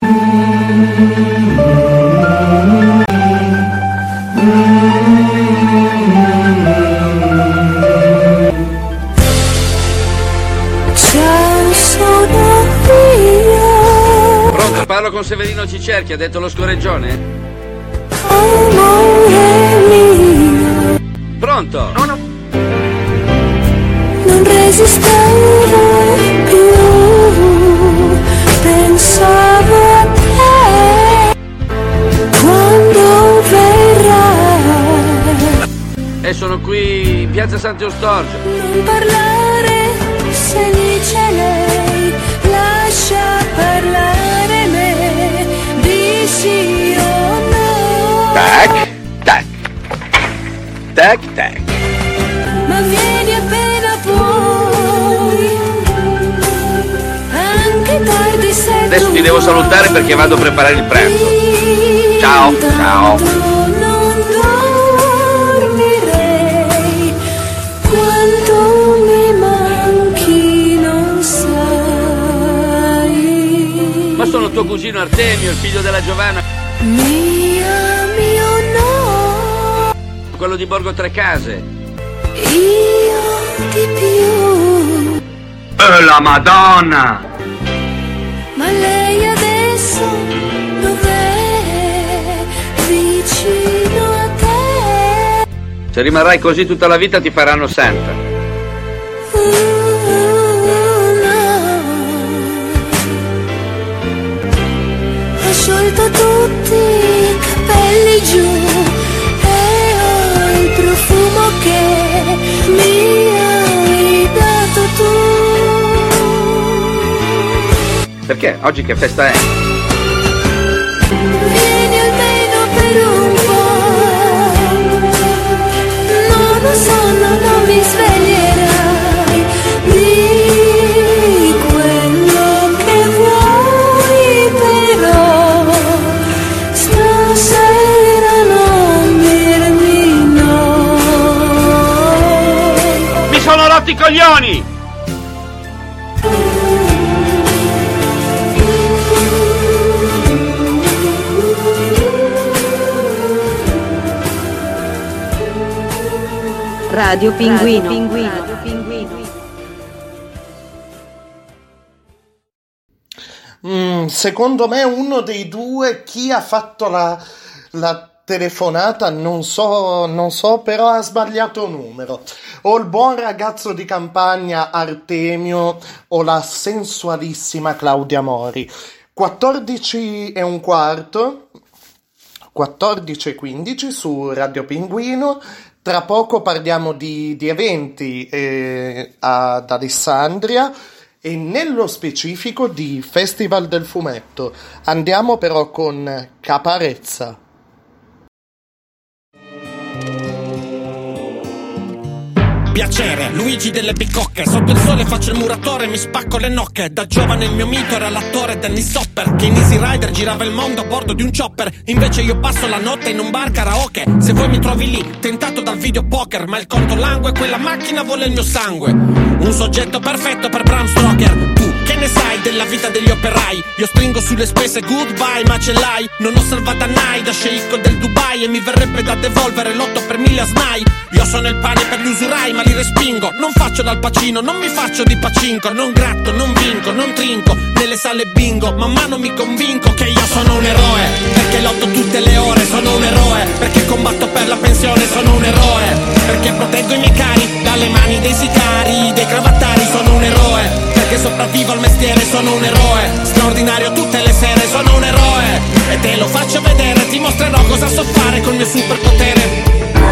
Pronto, parlo con Severino Cicerchi, ha detto lo scorreggione? Pronto? Non resistevo più, pensavo a te quando verrai. E sono qui in piazza Sant'Eustorgio. Non parlare se dice lei, lascia parlare me, di sì o no. Tac, tac, tac, tac. Ma vieni appena puoi, anche tardi se Adesso ti devo salutare perché vado a preparare il pranzo. Ciao, ciao. Non dormirei, quanto mi manchi non sai. Ma sono tuo cugino Artemio, il figlio della Giovanna, Mio no, quello di Borgo Trecase. io di più. La Madonna! Ma lei adesso dov'è? Vicino a te. Se rimarrai così tutta la vita ti faranno santa. No. Ho sciolto tutti i capelli giù e ho il profumo che mi hai dato tu. Perché? Oggi che festa è? Vieni almeno per un po', non lo so, non mi sveglierai di quello che vuoi, però stasera non dirmi no. Mi sono rotti i coglioni! Radio Pinguino. Secondo me uno dei due, chi ha fatto la telefonata, non so, però ha sbagliato numero. O il buon ragazzo di campagna Artemio o la sensualissima Claudia Mori. 14:15, 14:15 su Radio Pinguino. Tra poco parliamo di eventi ad Alessandria e nello specifico di Festival del Fumetto. Andiamo però con Caparezza. Piacere, Luigi delle Bicocche. Sotto il sole faccio il muratore, mi spacco le nocche. Da giovane il mio mito era l'attore Dennis Hopper, che in Easy Rider girava il mondo a bordo di un chopper. Invece io passo la notte in un bar karaoke. Se vuoi mi trovi lì, tentato dal videopoker, ma il conto langue, quella macchina vuole il mio sangue. Un soggetto perfetto per Bram Stoker. Tu che ne sai della vita degli operai? Io stringo sulle spese goodbye, ma ce l'hai. Non ho salvadanai da sceicco del Dubai e mi verrebbe da devolvere l'8 per 1000 a SNAI. Io sono il pane per gli usurai, ma li respingo. Non faccio dal Pacino, non mi faccio di pacinco. Non gratto, non vinco, non trinco nelle sale bingo. Man mano mi convinco che io sono un eroe, perché lotto tutte le ore. Sono un eroe, perché combatto per la pensione. Sono un eroe, perché proteggo i miei cari dalle mani dei sicari, dei cravattari. Sono un eroe, perché sopravvivo al mestiere. Sono un eroe, straordinario tutte le sere. Sono un eroe, e te lo faccio vedere. Ti mostrerò cosa so fare col mio superpotere.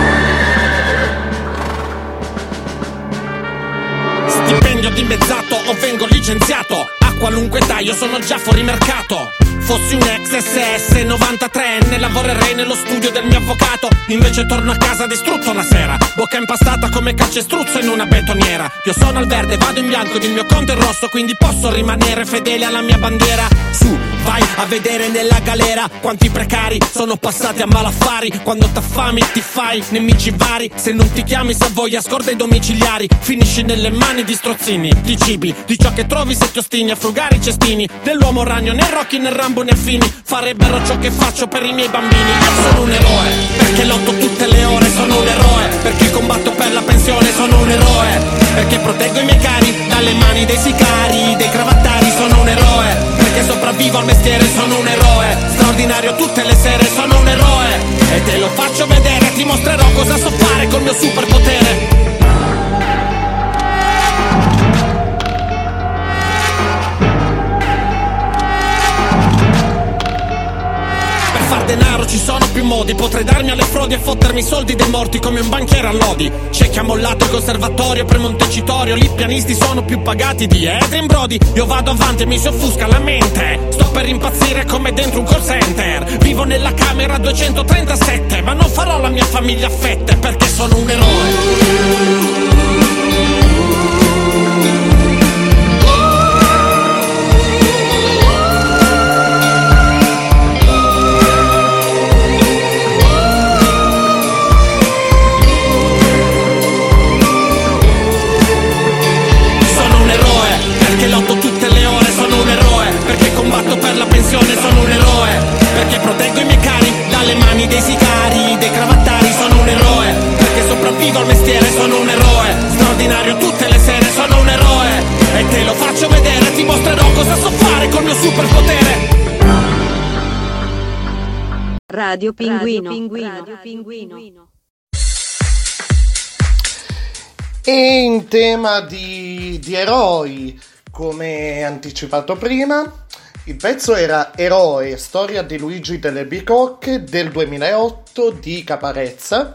Stipendio dimezzato o vengo licenziato. A qualunque età io sono già fuori mercato. Fossi un ex SS 93enne, lavorerei nello studio del mio avvocato. Invece torno a casa distrutto la sera, bocca impastata come calcestruzzo in una betoniera. Io sono al verde, vado in bianco ed il mio conto è rosso, quindi posso rimanere fedele alla mia bandiera. Su, Vai a vedere nella galera quanti precari sono passati a malaffari. Quando t'affami ti fai nemici vari. Se non ti chiami Savoia scorda i domiciliari. Finisci nelle mani di strozzini, di cibi, di ciò che trovi se ti ostini a frugare i cestini. Dell'uomo ragno né Rocky né Rambo né Fini farebbero ciò che faccio per i miei bambini. Io sono un eroe perché lotto tutte le ore. Sono un eroe perché combatto per la pensione. Sono un eroe perché proteggo i miei cari dalle mani dei sicari, dei cravattari. Sono un eroe perché sopravvivo al mestiere. Sono un eroe straordinario tutte le sere. Sono un eroe e te lo faccio vedere. Ti mostrerò cosa so fare col mio superpotere. Far denaro ci sono più modi. Potrei darmi alle frodi e fottermi i soldi dei morti come un banchiere a lodi. C'è chi ha mollato il conservatorio per Montecitorio. Lì i pianisti sono più pagati di Adrien Brody. Io vado avanti e mi si offusca la mente. Sto per impazzire come dentro un call center. Vivo nella camera 237, ma non farò la mia famiglia a fette perché sono un eroe. Combatto per la pensione, sono un eroe perché proteggo i miei cari dalle mani dei sicari, dei cravattari. Sono un eroe perché sopravvivo al mestiere. Sono un eroe straordinario tutte le sere. Sono un eroe e te lo faccio vedere. Ti mostrerò cosa so fare col mio superpotere. Radio Pinguino. Radio Pinguino. E in tema di eroi, come anticipato prima, il pezzo era Eroe, storia di Luigi delle Bicocche del 2008 di Caparezza,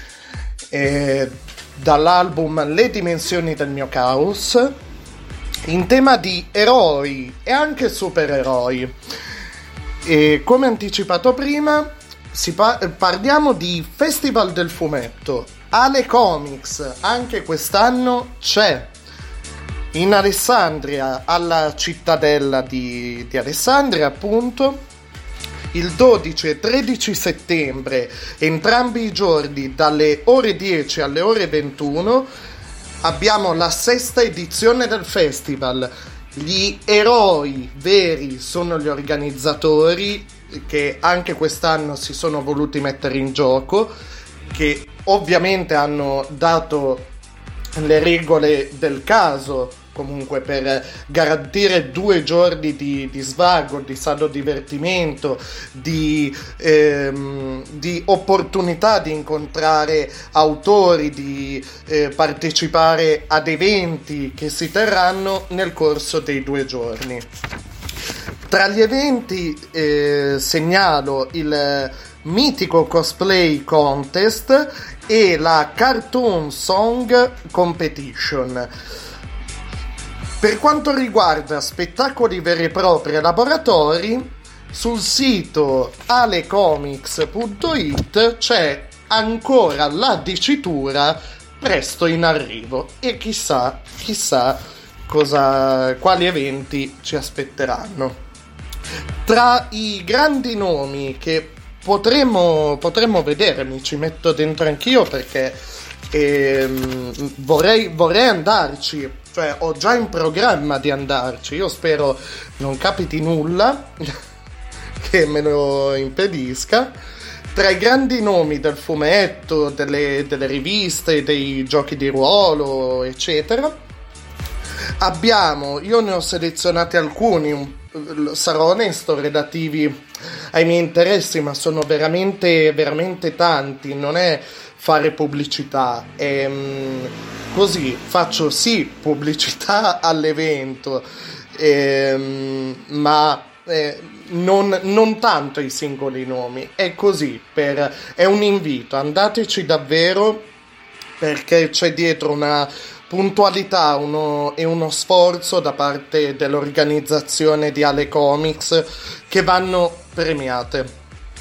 dall'album Le dimensioni del mio caos. In tema di eroi e anche supereroi, e come anticipato prima parliamo di Festival del Fumetto. Ale Comics anche quest'anno c'è in Alessandria, alla cittadella di Alessandria, appunto, il 12 e 13 settembre, entrambi i giorni dalle ore 10 alle ore 21, abbiamo la 6ª edizione del festival. Gli eroi veri sono gli organizzatori, che anche quest'anno si sono voluti mettere in gioco, che ovviamente hanno dato le regole del caso comunque per garantire 2 giorni di svago, di sano divertimento, di opportunità di incontrare autori, di partecipare ad eventi che si terranno nel corso dei 2 giorni. Tra gli eventi segnalo il mitico cosplay contest e la Cartoon Song Competition. Per quanto riguarda spettacoli veri e propri e laboratori, sul sito alecomics.it c'è ancora la dicitura presto in arrivo, e chissà quali eventi ci aspetteranno. Tra i grandi nomi che potremmo vedere, mi ci metto dentro anch'io perché vorrei andarci. Cioè, ho già in programma di andarci. Io spero non capiti nulla che me lo impedisca. Tra i grandi nomi del fumetto, delle riviste, dei giochi di ruolo, eccetera, io ne ho selezionati alcuni, sarò onesto, relativi ai miei interessi, ma sono veramente, veramente tanti. Non è fare pubblicità, così faccio sì pubblicità all'evento, ma non tanto i singoli nomi. È così, è un invito, andateci davvero, perché c'è dietro una puntualità e uno sforzo da parte dell'organizzazione di Ale Comics che vanno premiate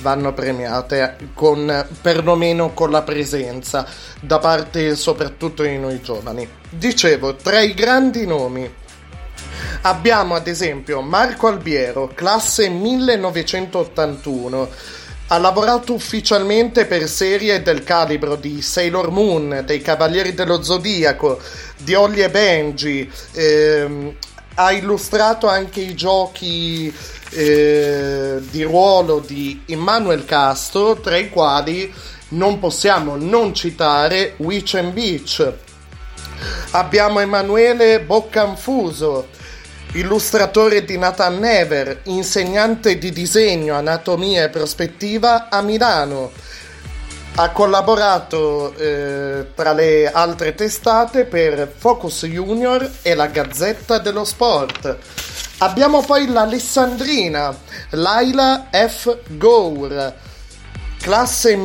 perlomeno con la presenza da parte soprattutto di noi giovani. Dicevo, tra i grandi nomi Abbiamo ad esempio Marco Albiero, classe 1981, ha lavorato ufficialmente per serie del calibro di Sailor Moon, dei Cavalieri dello Zodiaco, di Holly e Benji, ha illustrato anche i giochi di ruolo di Immanuel Castro, tra i quali non possiamo non citare Witch and Beach. Abbiamo Emanuele Boccanfuso, illustratore di Nathan Never, insegnante di disegno, anatomia e prospettiva a Milano. Ha collaborato tra le altre testate per Focus Junior e la Gazzetta dello Sport. Abbiamo poi l'Alessandrina, Laila F. Gour, classe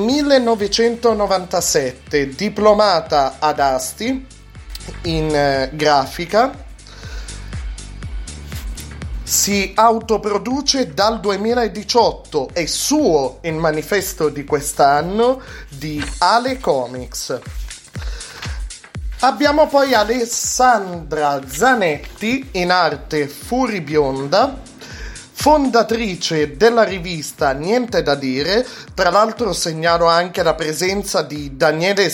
1997, diplomata ad Asti in grafica. Si autoproduce dal 2018, è suo il manifesto di quest'anno di Ale Comics. Abbiamo poi Alessandra Zanetti, in arte Furibionda, fondatrice della rivista Niente da dire. Tra l'altro segnalo anche la presenza di Daniele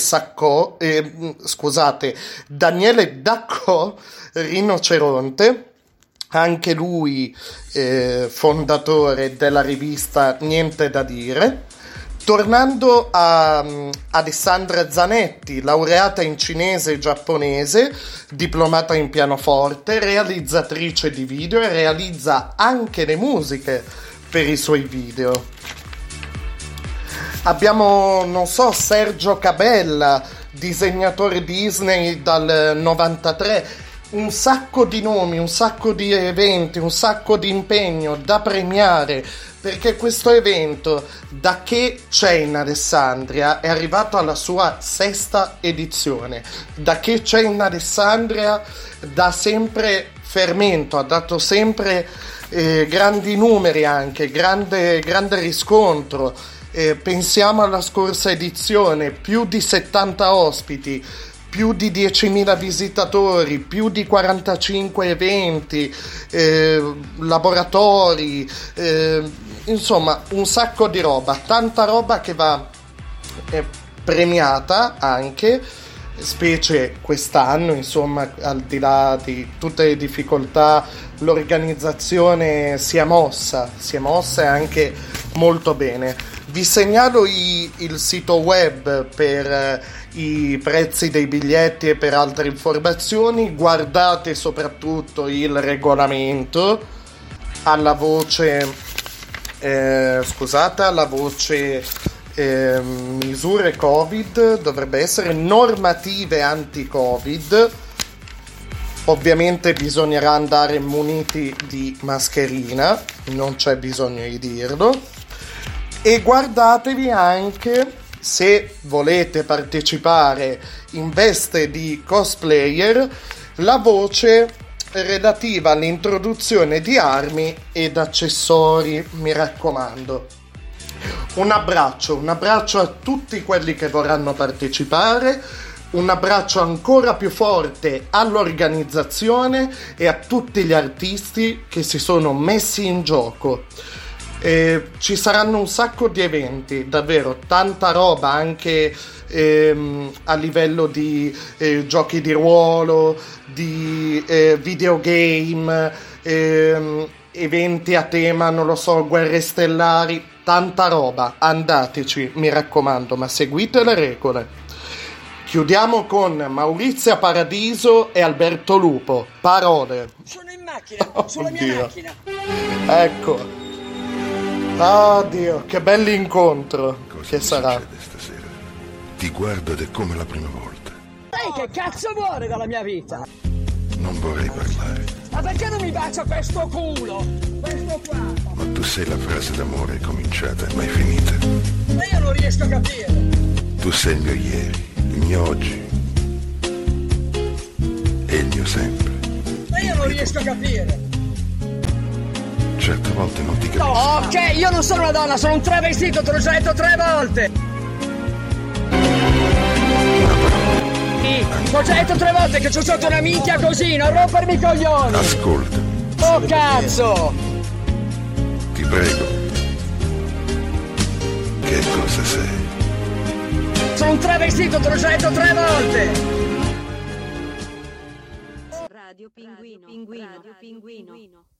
Daccò, rinoceronte, anche lui fondatore della rivista Niente da dire. Tornando a Alessandra Zanetti, laureata in cinese e giapponese, diplomata in pianoforte, realizzatrice di video e realizza anche le musiche per i suoi video. Abbiamo, Sergio Cabella, disegnatore Disney dal 93, un sacco di nomi, un sacco di eventi, un sacco di impegno da premiare, perché questo evento, da che c'è in Alessandria, è arrivato alla sua 6ª edizione. Da che c'è in Alessandria dà sempre fermento, ha dato sempre grandi numeri, anche grande riscontro. Pensiamo alla scorsa edizione, più di 70 ospiti, più di 10.000 visitatori, più di 45 eventi, laboratori, insomma un sacco di roba, tanta roba che va premiata anche, specie quest'anno, insomma, al di là di tutte le difficoltà, l'organizzazione si è mossa e anche molto bene. Vi segnalo il sito web per i prezzi dei biglietti e per altre informazioni. Guardate soprattutto il regolamento alla voce misure Covid, dovrebbe essere normative anti-Covid. Ovviamente bisognerà andare muniti di mascherina, non c'è bisogno di dirlo. E guardatevi anche, se volete partecipare in veste di cosplayer, la voce relativa all'introduzione di armi ed accessori, mi raccomando. Un abbraccio a tutti quelli che vorranno partecipare, un abbraccio ancora più forte all'organizzazione e a tutti gli artisti che si sono messi in gioco. Ci saranno un sacco di eventi, davvero tanta roba, anche a livello di giochi di ruolo, di videogame, eventi a tema, guerre stellari, tanta roba. Andateci, mi raccomando, ma seguite le regole. Chiudiamo con Maurizia Paradiso e Alberto Lupo. Parole. Sono in macchina, sulla mia macchina. Ecco. Oddio, che bell'incontro. Cosa che sarà stasera? Ti guardo ed è come la prima volta. Lei che cazzo vuole dalla mia vita? Non vorrei parlare. Ma perché non mi bacia questo culo? Questo qua. Ma tu sei la frase d'amore cominciata e mai finita. Ma io non riesco a capire. Tu sei il mio ieri, il mio oggi e il mio sempre. Ma io non riesco a capire. Certe volte non ti capisco. No, ok, io non sono una donna, sono un travestito, te l'ho già detto 3 volte. Ti ho già detto 3 volte che c'ho sotto una minchia così, non rompermi i coglioni. Ascolta. Oh cazzo! Ti prego. Che cosa sei? Sono un travestito, te l'ho già detto 3 volte! Radio Pinguino. Radio Pinguino.